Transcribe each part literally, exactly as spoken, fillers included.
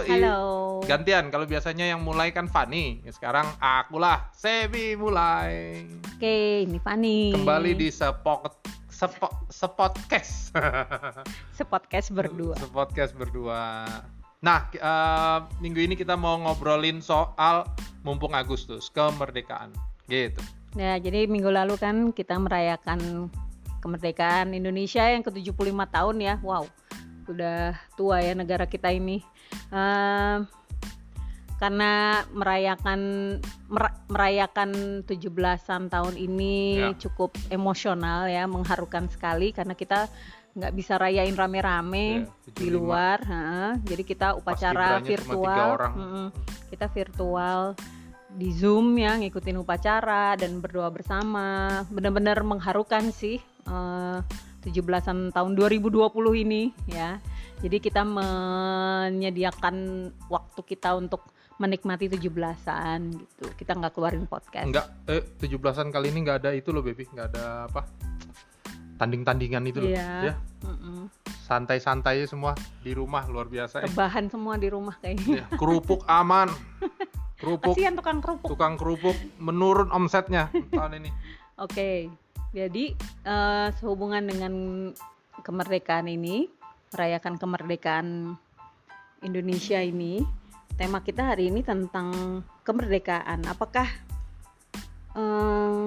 Halo. Gantian, kalau biasanya yang mulai kan Fani, sekarang akulah Sebi mulai. Oke, ini Fani. Kembali di sepok sepo, sepodcast. Sepodcast berdua. Sepodcast berdua. Nah, uh, minggu ini kita mau ngobrolin soal mumpung Agustus, kemerdekaan. Gitu. Nah, jadi minggu lalu kan kita merayakan kemerdekaan Indonesia yang ke tujuh puluh lima tahun ya. Wow. Udah tua ya negara kita ini. Uh, karena merayakan mer- merayakan tujuh belasan tahun ini ya. Cukup emosional ya, mengharukan sekali karena kita nggak bisa rayain rame-rame ya, di luar. Ha, jadi kita upacara virtual. Hmm, kita virtual di Zoom ya, ngikutin upacara dan berdoa bersama. Benar-benar mengharukan sih. Uh, tujuh belasan tahun dua ribu dua puluh ini ya. Jadi kita menyediakan waktu kita untuk menikmati tujuh belasan gitu. Kita nggak keluarin podcast. Enggak, eh tujuh belasan kali ini nggak ada itu loh baby, nggak ada apa tanding-tandingan itu loh. Iya. Ya. Santai-santai semua di rumah, luar biasa. Rebahan semua di rumah kayaknya. Ya, kerupuk aman. Kerupuk. Kasihan tukang kerupuk. Tukang kerupuk menurun omsetnya tahun ini. Oke. Jadi uh, sehubungan dengan kemerdekaan ini, merayakan kemerdekaan Indonesia ini, tema kita hari ini tentang kemerdekaan. Apakah uh,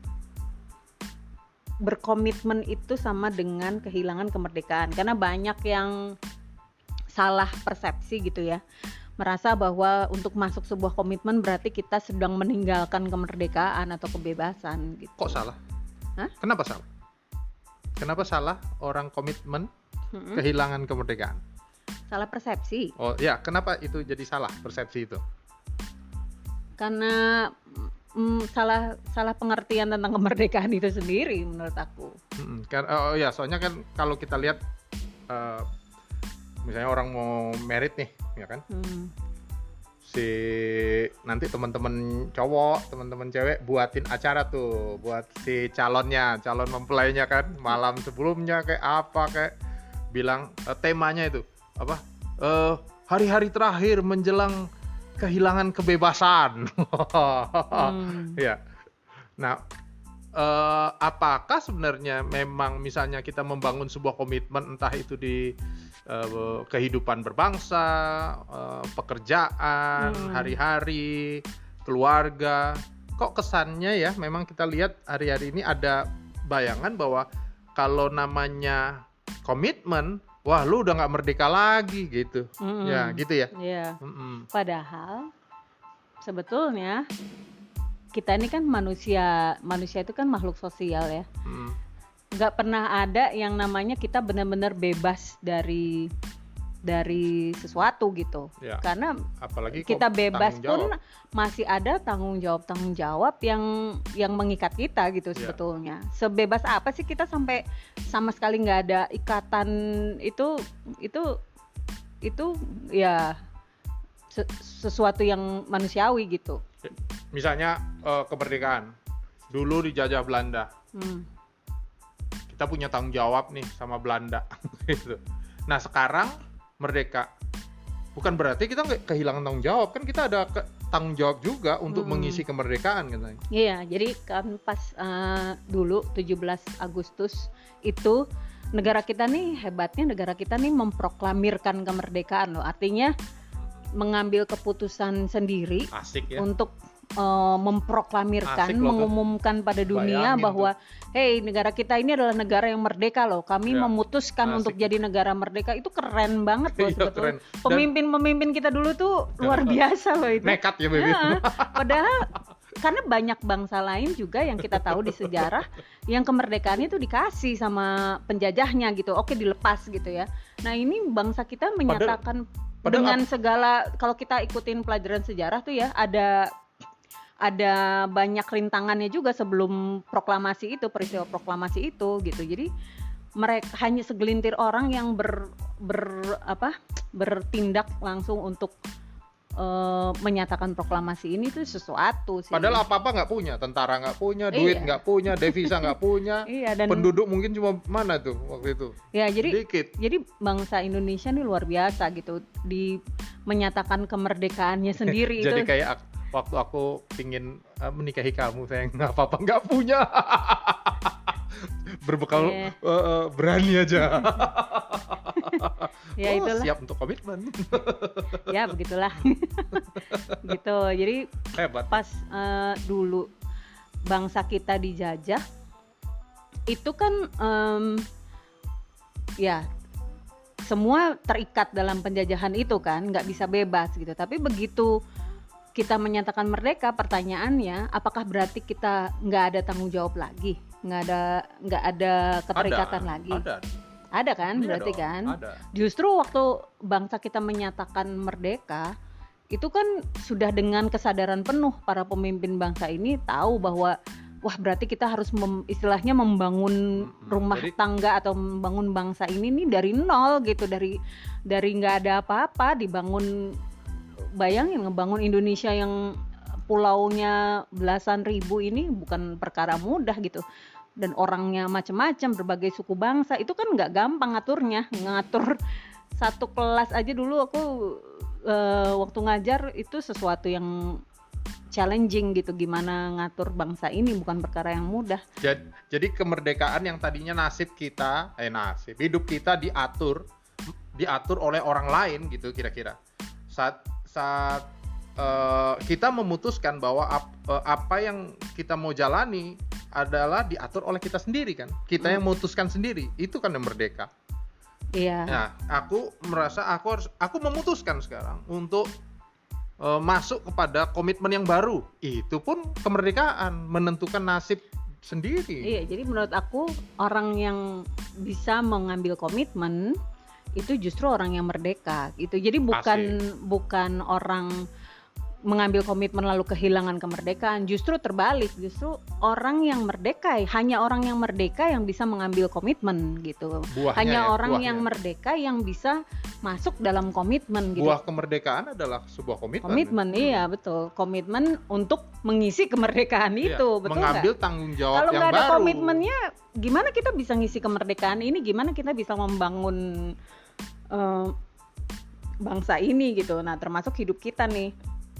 berkomitmen itu sama dengan kehilangan kemerdekaan? Karena banyak yang salah persepsi gitu ya, merasa bahwa untuk masuk sebuah komitmen berarti kita sedang meninggalkan kemerdekaan atau kebebasan gitu. Kok salah? Hah? Kenapa salah? Kenapa salah orang komitmen mm-hmm. kehilangan kemerdekaan? Salah persepsi. Oh ya, kenapa itu jadi salah persepsi itu? Karena mm, salah salah pengertian tentang kemerdekaan itu sendiri menurut aku. Mm-hmm. Oh ya, soalnya kan kalau kita lihat, uh, misalnya orang mau merit nih, ya kan? Hmm. Si nanti teman-teman cowok, teman-teman cewek buatin acara tuh buat si calonnya, calon mempelainya kan, malam sebelumnya kayak apa kayak bilang uh, temanya itu apa? Uh, hari-hari terakhir menjelang kehilangan kebebasan. hmm. Ya. Nah, uh, apakah sebenarnya memang misalnya kita membangun sebuah komitmen entah itu di Uh, kehidupan berbangsa, uh, pekerjaan, hmm. hari-hari, keluarga, kok kesannya ya memang kita lihat hari-hari ini ada bayangan bahwa kalau namanya komitmen, wah lu udah nggak merdeka lagi gitu, hmm. ya gitu ya. Ya. Hmm. Padahal sebetulnya kita ini kan manusia, manusia itu kan makhluk sosial ya. Hmm. Nggak pernah ada yang namanya kita benar-benar bebas dari dari sesuatu gitu ya, karena apalagi kita bebas pun masih ada tanggung jawab tanggung jawab yang yang mengikat kita gitu ya. Sebetulnya sebebas apa sih kita sampai sama sekali nggak ada ikatan itu itu itu ya sesuatu yang manusiawi gitu. Misalnya uh, kemerdekaan dulu dijajah Belanda. Hmm. Kita punya tanggung jawab nih sama Belanda gitu. Nah sekarang merdeka bukan berarti kita nggak kehilangan tanggung jawab, kan kita ada ke- tanggung jawab juga untuk hmm. mengisi kemerdekaan katanya. Iya, jadi kan pas uh, dulu tujuh belas Agustus itu negara kita nih hebatnya negara kita nih memproklamirkan kemerdekaan loh. Artinya mengambil keputusan sendiri. Asik ya. Untuk Uh, memproklamirkan, mengumumkan pada dunia bayangin bahwa tuh. Hey, negara kita ini adalah negara yang merdeka loh. Kami ya, memutuskan asik. Untuk jadi negara merdeka. Itu keren banget loh sebetulnya. Pemimpin-pemimpin kita dulu tuh luar biasa loh itu. Nekat ya baby. Nah, padahal karena banyak bangsa lain juga yang kita tahu di sejarah yang kemerdekaannya itu dikasih sama penjajahnya gitu. Oke, dilepas gitu ya. Nah, ini bangsa kita menyatakan padahal, padahal dengan ap- segala kalau kita ikutin pelajaran sejarah tuh ya, ada ada banyak rintangannya juga sebelum proklamasi itu, peristiwa proklamasi itu gitu. Jadi mereka hanya segelintir orang yang ber, ber apa bertindak langsung untuk uh, menyatakan proklamasi ini tuh sesuatu sih. Padahal apa-apa nggak punya, tentara nggak punya, duit Iya. nggak punya, devisa nggak punya, Iya, dan penduduk mungkin cuma mana tuh waktu itu? ya jadi Dikit. jadi bangsa Indonesia nih luar biasa gitu di menyatakan kemerdekaannya sendiri Jadi itu. kayak ak- waktu aku pingin uh, menikahi kamu, sayang, nggak apa-apa nggak punya. Berbekal Iya. uh, uh, berani aja. Ya Oh, itulah. siap untuk komitmen. Ya begitulah. Gitu. Jadi Hebat. pas uh, dulu bangsa kita dijajah itu kan um, ya semua terikat dalam penjajahan itu kan, nggak bisa bebas gitu. Tapi begitu kita menyatakan merdeka, pertanyaannya apakah berarti kita nggak ada tanggung jawab lagi, nggak ada nggak ada keterikatan Ada, lagi? Ada. Ada kan, Iya berarti dong, kan? Ada. Justru waktu bangsa kita menyatakan merdeka, itu kan sudah dengan kesadaran penuh para pemimpin bangsa ini tahu bahwa wah berarti kita harus mem, istilahnya membangun Mm-mm. rumah Jadi- tangga atau membangun bangsa ini nih dari nol gitu, dari dari nggak ada apa-apa dibangun. Bayangin ngebangun Indonesia yang pulaunya belasan ribu ini bukan perkara mudah gitu. Dan orangnya macam-macam, berbagai suku bangsa, itu kan nggak gampang ngaturnya. Ngatur satu kelas aja dulu aku uh, waktu ngajar itu sesuatu yang challenging gitu, gimana ngatur bangsa ini bukan perkara yang mudah. Jadi, jadi kemerdekaan yang tadinya nasib kita, eh nasib, hidup kita diatur, diatur oleh orang lain gitu kira-kira. Saat saat uh, kita memutuskan bahwa ap, uh, apa yang kita mau jalani adalah diatur oleh kita sendiri kan, kita yang memutuskan sendiri, itu kan yang merdeka. Iya. Nah, aku merasa aku harus, aku memutuskan sekarang untuk uh, masuk kepada komitmen yang baru. Itu pun kemerdekaan, menentukan nasib sendiri. Iya, jadi menurut aku orang yang bisa mengambil komitmen itu justru orang yang merdeka gitu. Jadi bukan bukan orang mengambil komitmen lalu kehilangan kemerdekaan, justru terbalik, justru orang yang merdeka, hanya orang yang merdeka yang bisa mengambil komitmen gitu. Buahnya Hanya ya, orang buahnya. yang merdeka yang bisa masuk dalam komitmen gitu. Buah kemerdekaan adalah sebuah komitmen. Komitmen, iya betul. Komitmen untuk mengisi kemerdekaan Iya, itu, betul mengambil nggak? tanggung jawab Kalau yang nggak ada baru. komitmennya, gimana kita bisa ngisi kemerdekaan ini? Gimana kita bisa membangun eh, bangsa ini gitu? Nah, termasuk hidup kita nih.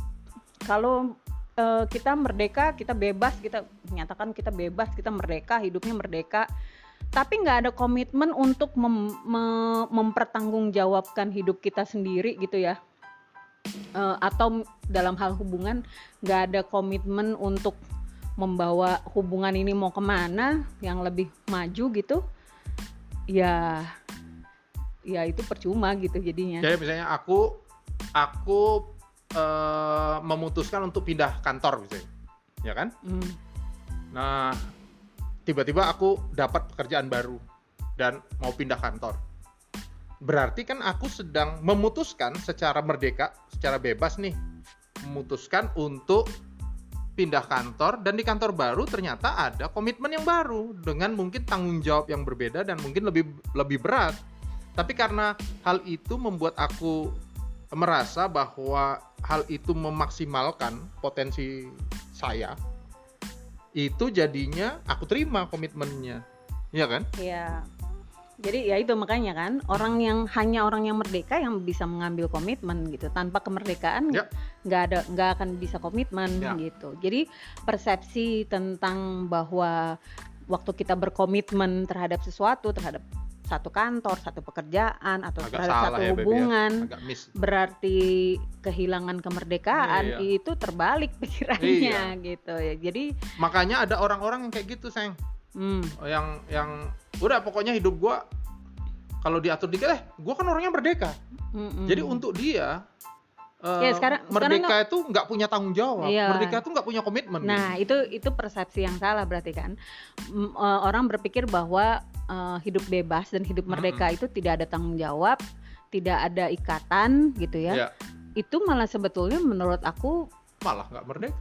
Kalau eh, kita merdeka, kita bebas, kita menyatakan kita bebas, kita merdeka, hidupnya merdeka, tapi nggak ada komitmen untuk mem- me- mempertanggungjawabkan hidup kita sendiri gitu ya. Eh, atau dalam hal hubungan nggak ada komitmen untuk membawa hubungan ini mau kemana yang lebih maju gitu, ya ya itu percuma gitu jadinya. Jadi misalnya aku aku eh, memutuskan untuk pindah kantor misalnya, ya kan? Hmm. Nah, tiba-tiba aku dapat pekerjaan baru dan mau pindah kantor. Berarti kan aku sedang memutuskan secara merdeka, secara bebas nih, memutuskan untuk pindah kantor, dan di kantor baru ternyata ada komitmen yang baru dengan mungkin tanggung jawab yang berbeda dan mungkin lebih lebih berat. Tapi karena hal itu membuat aku merasa bahwa hal itu memaksimalkan potensi saya, itu jadinya aku terima komitmennya, ya kan? Ya, jadi ya itu makanya kan orang yang hanya orang yang merdeka yang bisa mengambil komitmen gitu. Tanpa kemerdekaan Ya. nggak ada nggak akan bisa komitmen Ya. gitu. Jadi persepsi tentang bahwa waktu kita berkomitmen terhadap sesuatu, terhadap satu kantor, satu pekerjaan atau Agak terhadap salah satu ya, Beb, ya. hubungan Agak miss. berarti kehilangan kemerdekaan, Iya, iya. itu terbalik pikirannya Iya. gitu ya. Jadi Makanya ada orang-orang yang kayak gitu, sayang. hmm, yang yang udah pokoknya hidup gua kalau diatur dikit, eh gua kan orangnya merdeka. mm-mm. Jadi untuk dia eh, Ya, sekarang- merdeka sekarang itu nggak punya tanggung jawab. Iya. Merdeka itu nggak punya komitmen. Nah, itu itu persepsi yang salah berarti kan. M- eh, orang berpikir bahwa eh, hidup bebas dan hidup merdeka itu tidak ada tanggung jawab, tidak ada ikatan gitu ya. Ya, Itu malah sebetulnya menurut aku malah nggak merdeka.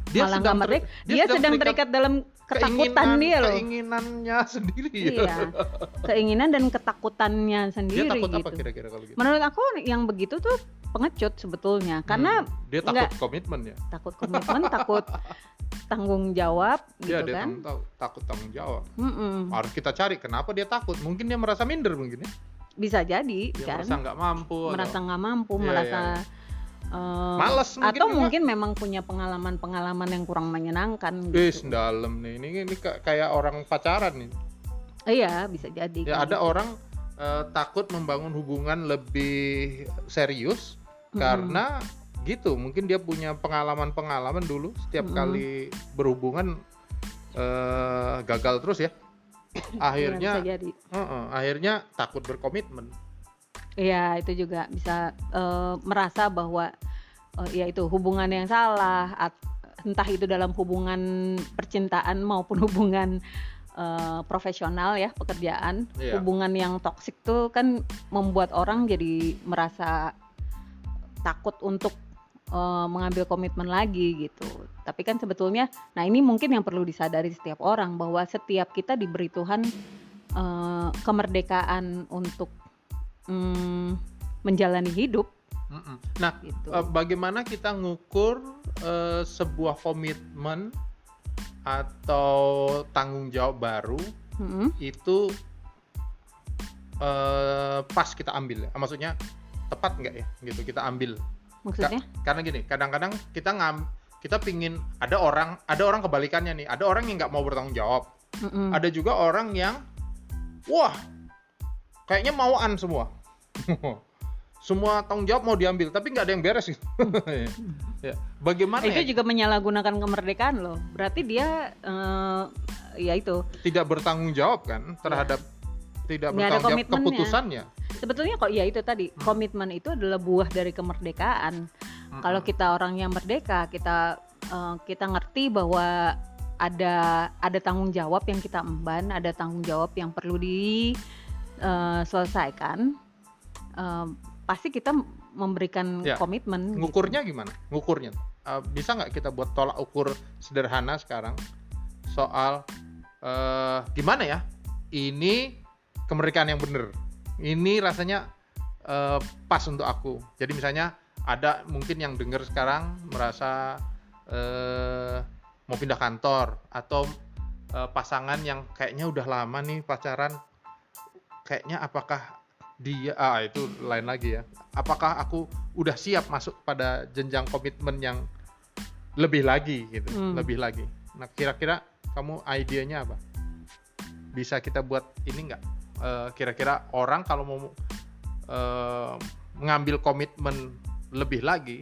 dia malah sedang nggak merdeka. ter, Dia, dia dia sedang sedang terikat dalam ketakutan dia loh. Keinginannya sendiri. Iya. Keinginan dan ketakutannya sendiri. Dia takut gitu. apa kira-kira kalau gitu? Menurut aku yang begitu tuh pengecut sebetulnya, karena hmm, dia takut enggak, komitmen ya. Takut komitmen, takut tanggung jawab gitu ya, dia kan. Tang, takut tanggung jawab. Mm-mm. Harus kita cari kenapa dia takut. Mungkin dia merasa minder mungkin ya. Bisa jadi dia kan. Merasa nggak mampu. Merasa nggak mampu, ya, merasa ya, ya. Uh, Males mungkin atau juga. Mungkin memang punya pengalaman-pengalaman yang kurang menyenangkan. Wis gitu. dalam nih, ini ini kayak orang pacaran nih. Iya, bisa jadi. Ya kan. ada orang uh, takut membangun hubungan lebih serius hmm. karena gitu. Mungkin dia punya pengalaman-pengalaman dulu setiap hmm. kali berhubungan uh, gagal terus ya. Akhirnya, ya, bisa jadi. Uh-uh, akhirnya takut berkomitmen. Iya, itu juga bisa uh, merasa bahwa uh, ya itu hubungan yang salah, at, entah itu dalam hubungan percintaan maupun hubungan uh, profesional ya, pekerjaan. Yeah. Hubungan yang toksik tuh kan membuat orang jadi merasa takut untuk uh, mengambil komitmen lagi gitu. Tapi kan sebetulnya, nah ini mungkin yang perlu disadari setiap orang, bahwa setiap kita diberi Tuhan uh, kemerdekaan untuk Hmm, menjalani hidup. Mm-mm. Nah, gitu. uh, bagaimana kita ngukur uh, sebuah komitmen atau tanggung jawab baru mm-hmm. itu uh, pas kita ambil? Maksudnya tepat nggak ya? Gitu kita ambil. Maksudnya? Ka- karena gini, kadang-kadang kita ngam, kita pingin ada orang, ada orang kebalikannya nih. Ada orang yang nggak mau bertanggung jawab. Mm-mm. Ada juga orang yang, wah. Kayaknya mauan semua. Semua tanggung jawab mau diambil, tapi nggak ada yang beres gitu. ya. Bagaimana itu ya? juga menyalahgunakan kemerdekaan loh. Berarti dia uh, ya itu tidak bertanggung jawab kan terhadap ya. Tidak bertanggung jawab keputusannya. Sebetulnya kok ya itu tadi, hmm. komitmen itu adalah buah dari kemerdekaan. Hmm. Kalau kita orang yang merdeka, kita uh, kita ngerti bahwa ada ada tanggung jawab yang kita emban, ada tanggung jawab yang perlu di Uh, selesaikan, uh, pasti kita memberikan ya. komitmen. Ngukurnya gitu. Gimana? Ngukurnya uh, bisa nggak kita buat tolak ukur sederhana sekarang soal uh, gimana ya? Ini kemerdekaan yang benar. Ini rasanya uh, pas untuk aku. Jadi misalnya ada mungkin yang dengar sekarang merasa uh, mau pindah kantor atau uh, pasangan yang kayaknya udah lama nih pacaran. Kayaknya apakah dia ah itu lain lagi ya. Apakah aku udah siap masuk pada jenjang komitmen yang lebih lagi gitu, hmm. lebih lagi. Nah, kira-kira kamu idenya apa? Bisa kita buat ini nggak? Uh, kira-kira orang kalau mau uh, mengambil komitmen lebih lagi,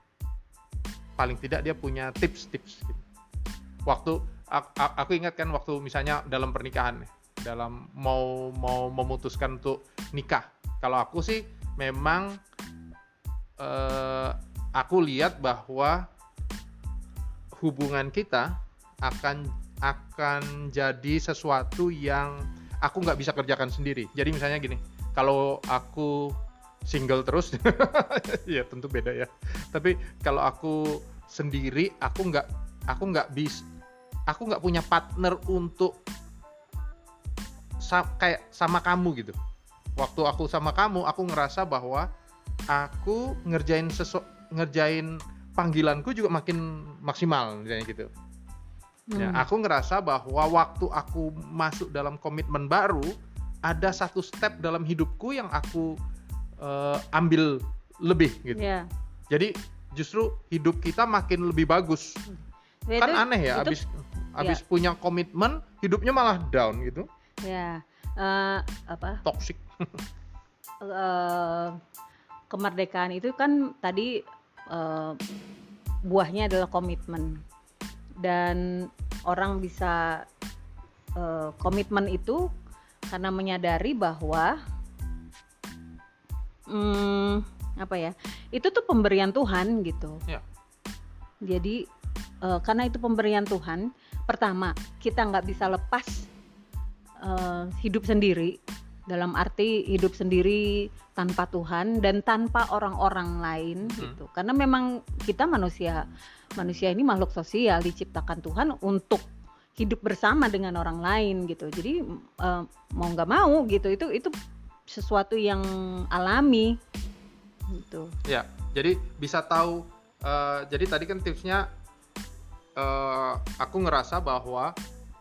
paling tidak dia punya tips-tips gitu. Waktu aku, aku ingat kan waktu misalnya dalam pernikahan nih. Dalam mau mau memutuskan untuk nikah. Kalau aku sih memang eh, aku lihat bahwa hubungan kita akan akan jadi sesuatu yang aku nggak bisa kerjakan sendiri. Jadi misalnya gini, kalau aku single terus, ya tentu beda ya. Tapi kalau aku sendiri, aku nggak aku nggak bisa, aku nggak punya partner untuk Sa- kayak sama kamu gitu. Waktu aku sama kamu, aku ngerasa bahwa aku ngerjain sesu- ngerjain panggilanku juga makin maksimal misalnya gitu. Hmm. Ya, aku ngerasa bahwa waktu aku masuk dalam komitmen baru, ada satu step dalam hidupku yang aku uh, ambil lebih gitu. Yeah. Jadi justru hidup kita makin lebih bagus. Ya, kan itu, aneh ya, itu, abis abis ya. punya komitmen, hidupnya malah down gitu. Ya, uh, apa? Toxic. uh, kemerdekaan itu kan tadi uh, buahnya adalah komitmen, dan orang bisa uh, komitmen itu karena menyadari bahwa um, apa ya? Itu tuh pemberian Tuhan gitu. Ya. Jadi uh, karena itu pemberian Tuhan, pertama kita nggak bisa lepas Uh, hidup sendiri dalam arti hidup sendiri tanpa Tuhan dan tanpa orang-orang lain hmm. gitu. Karena memang kita manusia manusia ini makhluk sosial, diciptakan Tuhan untuk hidup bersama dengan orang lain gitu. Jadi uh, mau nggak mau gitu, itu itu sesuatu yang alami gitu. Ya, jadi bisa tahu. Uh, jadi tadi kan tipsnya, uh, aku ngerasa bahwa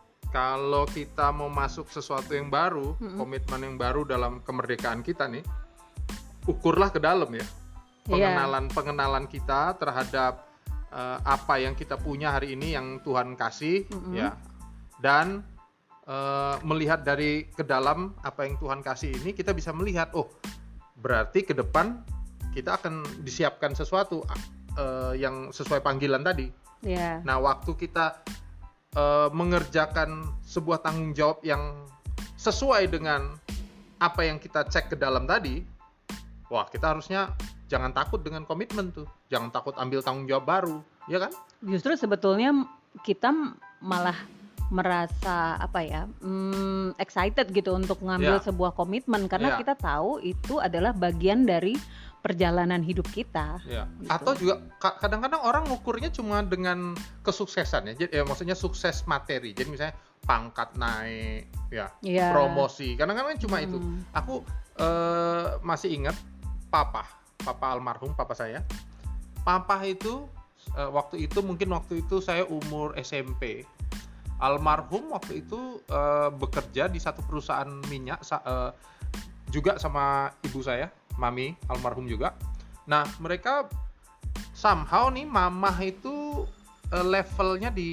kalau kita mau masuk sesuatu yang baru, mm-hmm. komitmen yang baru dalam kemerdekaan kita nih, ukurlah ke dalam ya. Pengenalan yeah. pengenalan kita terhadap uh, apa yang kita punya hari ini yang Tuhan kasih, mm-hmm. ya. Dan uh, melihat dari ke dalam apa yang Tuhan kasih ini, kita bisa melihat, oh, berarti ke depan kita akan disiapkan sesuatu uh, yang sesuai panggilan tadi. Yeah. Nah, waktu kita uh, mengerjakan sebuah tanggung jawab yang sesuai dengan apa yang kita cek ke dalam tadi, wah, kita harusnya jangan takut dengan komitmen tuh, jangan takut ambil tanggung jawab baru, ya kan? Justru sebetulnya kita malah merasa apa ya, hmm, excited gitu untuk ngambil yeah. sebuah komitmen karena yeah. kita tahu itu adalah bagian dari perjalanan hidup kita. Yeah. Gitu. Atau juga kadang-kadang orang ngukurnya cuma dengan kesuksesan ya, jadi ya, maksudnya sukses materi. Jadi misalnya pangkat naik, ya yeah. promosi. Kadang-kadang cuma hmm. itu. Aku uh, masih ingat papa, papa almarhum papa saya. Papa itu uh, waktu itu mungkin waktu itu saya umur S M P. Almarhum waktu itu uh, bekerja di satu perusahaan minyak uh, juga sama ibu saya, mami almarhum juga. Nah, mereka somehow nih mamah itu uh, levelnya di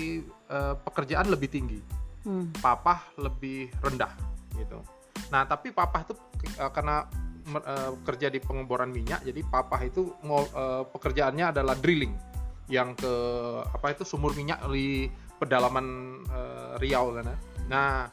uh, pekerjaan lebih tinggi, hmm. papa lebih rendah gitu. Nah, tapi papa itu uh, karena uh, kerja di pengeboran minyak, jadi papa itu uh, pekerjaannya adalah drilling yang ke apa itu sumur minyak di pedalaman uh, Riau sana. Nah,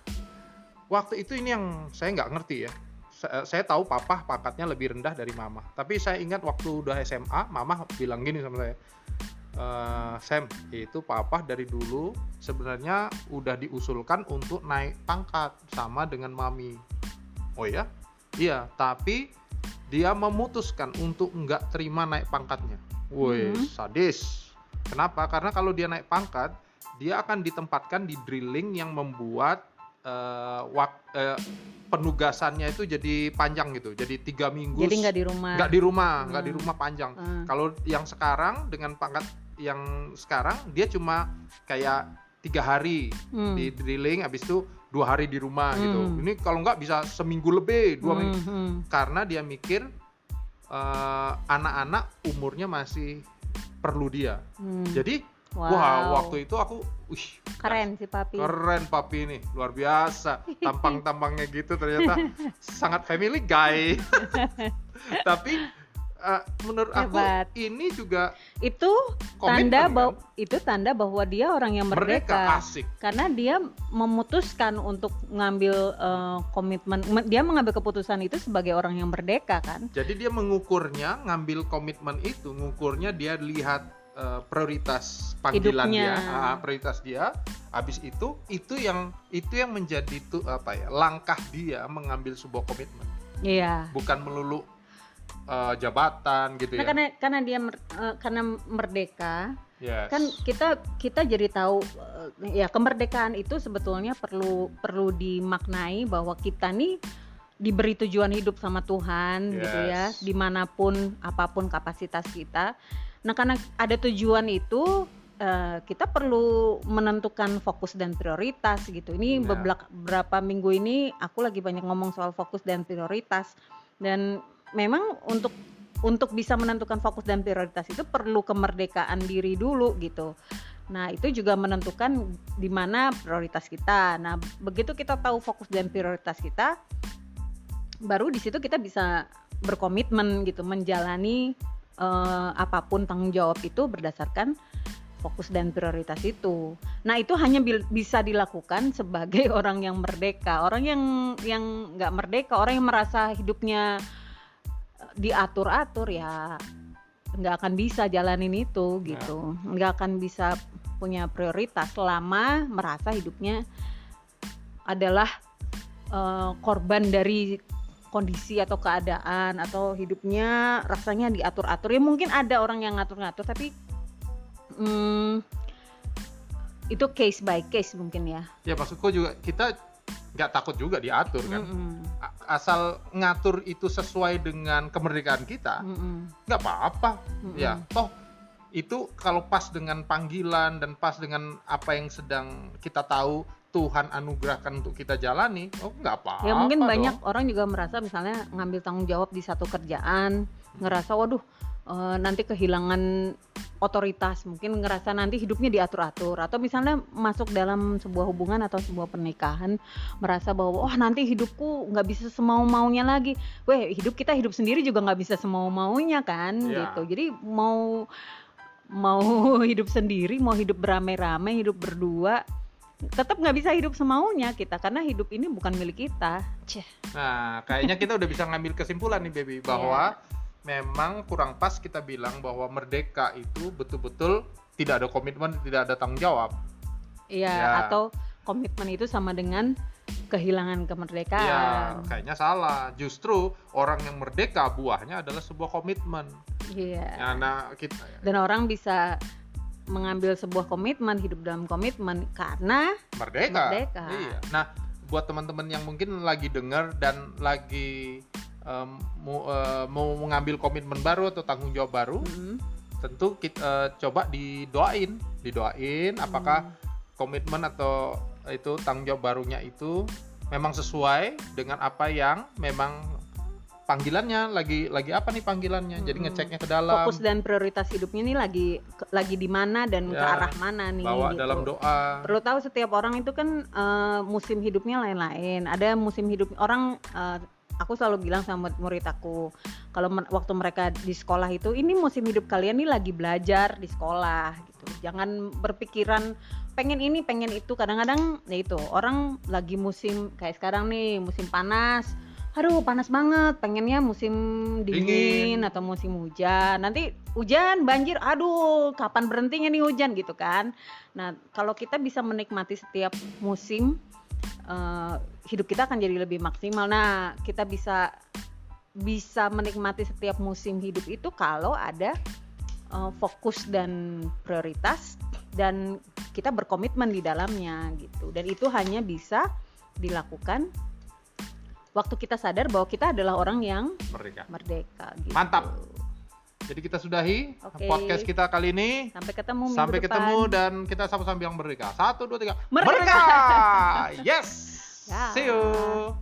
waktu itu ini yang saya nggak ngerti ya. Saya, saya tahu papa pangkatnya lebih rendah dari mama. Tapi saya ingat waktu udah S M A, mama bilang gini sama saya, e, Sam, itu papa dari dulu sebenarnya udah diusulkan untuk naik pangkat sama dengan mami. Oh ya? Iya, tapi dia memutuskan untuk nggak terima naik pangkatnya. Woi, hmm. sadis. Kenapa? Karena kalau dia naik pangkat, dia akan ditempatkan di drilling yang membuat uh, wak, uh, penugasannya itu jadi panjang gitu, jadi tiga minggu. Jadi nggak di rumah. Nggak di rumah, nggak hmm. di rumah panjang. Hmm. Kalau yang sekarang dengan pangkat yang sekarang dia cuma kayak tiga hari hmm. di drilling, habis itu dua hari di rumah hmm. gitu. Ini kalau nggak bisa seminggu lebih, dua hmm. minggu, hmm. karena dia mikir uh, anak-anak umurnya masih perlu dia. Hmm. Jadi wow. Wah, waktu itu aku, wih, keren sih papi. Keren papi ini, luar biasa. Tampang-tampangnya gitu ternyata sangat family guy. Tapi uh, menurut Hebat. aku ini juga itu tanda bahwa kan? itu tanda bahwa dia orang yang merdeka. Merdeka, asik. Karena dia memutuskan untuk ngambil uh, komitmen, dia mengambil keputusan itu sebagai orang yang merdeka kan. Jadi dia mengukurnya, ngambil komitmen itu, ngukurnya dia lihat Uh, prioritas panggilan hidupnya. dia, uh, prioritas dia. Habis itu, itu yang itu yang menjadi tuh apa ya, langkah dia mengambil sebuah komitmen. Iya. Bukan melulu uh, jabatan gitu nah, ya. Karena karena dia uh, karena merdeka, yes. kan kita kita jadi tahu uh, ya kemerdekaan itu sebetulnya perlu perlu dimaknai bahwa kita nih diberi tujuan hidup sama Tuhan, yes. gitu ya, dimanapun apapun kapasitas kita. Nah, karena ada tujuan itu, uh, kita perlu menentukan fokus dan prioritas gitu. Ini yeah. beberapa minggu ini aku lagi banyak ngomong soal fokus dan prioritas. Dan memang untuk untuk bisa menentukan fokus dan prioritas itu perlu kemerdekaan diri dulu gitu. Nah, itu juga menentukan di mana prioritas kita. Nah, begitu kita tahu fokus dan prioritas kita, baru di situ kita bisa berkomitmen gitu, menjalani Uh, apapun tanggung jawab itu berdasarkan fokus dan prioritas itu. Nah, itu hanya bil- bisa dilakukan sebagai orang yang merdeka. Orang yang yang nggak merdeka, orang yang merasa hidupnya diatur-atur, ya nggak akan bisa jalanin itu gitu. Nggak akan bisa punya prioritas selama merasa hidupnya adalah uh, korban dari kondisi atau keadaan atau hidupnya rasanya diatur-atur. Ya mungkin ada orang yang ngatur-ngatur, tapi hmm, itu case by case mungkin ya. Ya maksudku juga kita nggak takut juga diatur kan. Mm-mm. Asal ngatur itu sesuai dengan kemerdekaan kita, nggak apa-apa. Mm-mm. Ya toh itu kalau pas dengan panggilan dan pas dengan apa yang sedang kita tahu Tuhan anugerahkan untuk kita jalani, oh nggak apa-apa. Ya mungkin dong. Banyak orang juga merasa misalnya ngambil tanggung jawab di satu kerjaan, ngerasa waduh e, nanti kehilangan otoritas, mungkin ngerasa nanti hidupnya diatur-atur, atau misalnya masuk dalam sebuah hubungan atau sebuah pernikahan merasa bahwa wah nanti hidupku nggak bisa semau-maunya lagi. Weh, hidup kita hidup sendiri juga nggak bisa semau-maunya kan, ya. gitu. Jadi mau mau hidup sendiri, mau hidup beramai-ramai, hidup berdua, tetap nggak bisa hidup semaunya kita, karena hidup ini bukan milik kita. Cih. Nah, kayaknya kita udah bisa ngambil kesimpulan nih, Baby, bahwa yeah. memang kurang pas kita bilang bahwa merdeka itu betul-betul tidak ada komitmen, tidak ada tanggung jawab. Iya, yeah, atau komitmen itu sama dengan kehilangan kemerdekaan. Iya, kayaknya salah. Justru orang yang merdeka buahnya adalah sebuah komitmen. Iya. Yeah. Nah, kita dan orang bisa mengambil sebuah komitmen, hidup dalam komitmen karena merdeka. merdeka. Iya. Nah, buat teman-teman yang mungkin lagi dengar dan lagi um, mau, uh, mau mengambil komitmen baru atau tanggung jawab baru, mm-hmm. tentu kita uh, coba didoain, didoain mm. apakah komitmen atau itu tanggung jawab barunya itu memang sesuai dengan apa yang memang panggilannya, lagi lagi apa nih panggilannya, hmm. jadi ngeceknya ke dalam fokus dan prioritas hidupnya nih lagi lagi di mana dan ya, ke arah mana nih, bawa gitu. Dalam doa. Perlu tahu setiap orang itu kan uh, musim hidupnya lain-lain. Ada musim hidup orang, uh, aku selalu bilang sama murid aku, kalau me- waktu mereka di sekolah itu, ini musim hidup kalian nih lagi belajar di sekolah gitu. Jangan berpikiran pengen ini pengen itu. Kadang-kadang ya itu orang lagi musim kayak sekarang nih, musim panas, aduh panas banget, pengennya musim dingin, dingin atau musim hujan. Nanti hujan, banjir, aduh kapan berhentinya nih hujan gitu kan. Nah kalau kita bisa menikmati setiap musim, uh, hidup kita akan jadi lebih maksimal. Nah kita bisa bisa menikmati setiap musim hidup itu kalau ada uh, fokus dan prioritas dan kita berkomitmen di dalamnya gitu. Dan itu hanya bisa dilakukan waktu kita sadar bahwa kita adalah orang yang merdeka. Merdeka gitu. Mantap. Jadi kita sudahi okay. podcast kita kali ini. Sampai ketemu minggu Sampai depan. ketemu dan kita sama-sama bilang merdeka. Satu, dua, tiga. Merdeka. Merdeka! Yes. Ya. See you.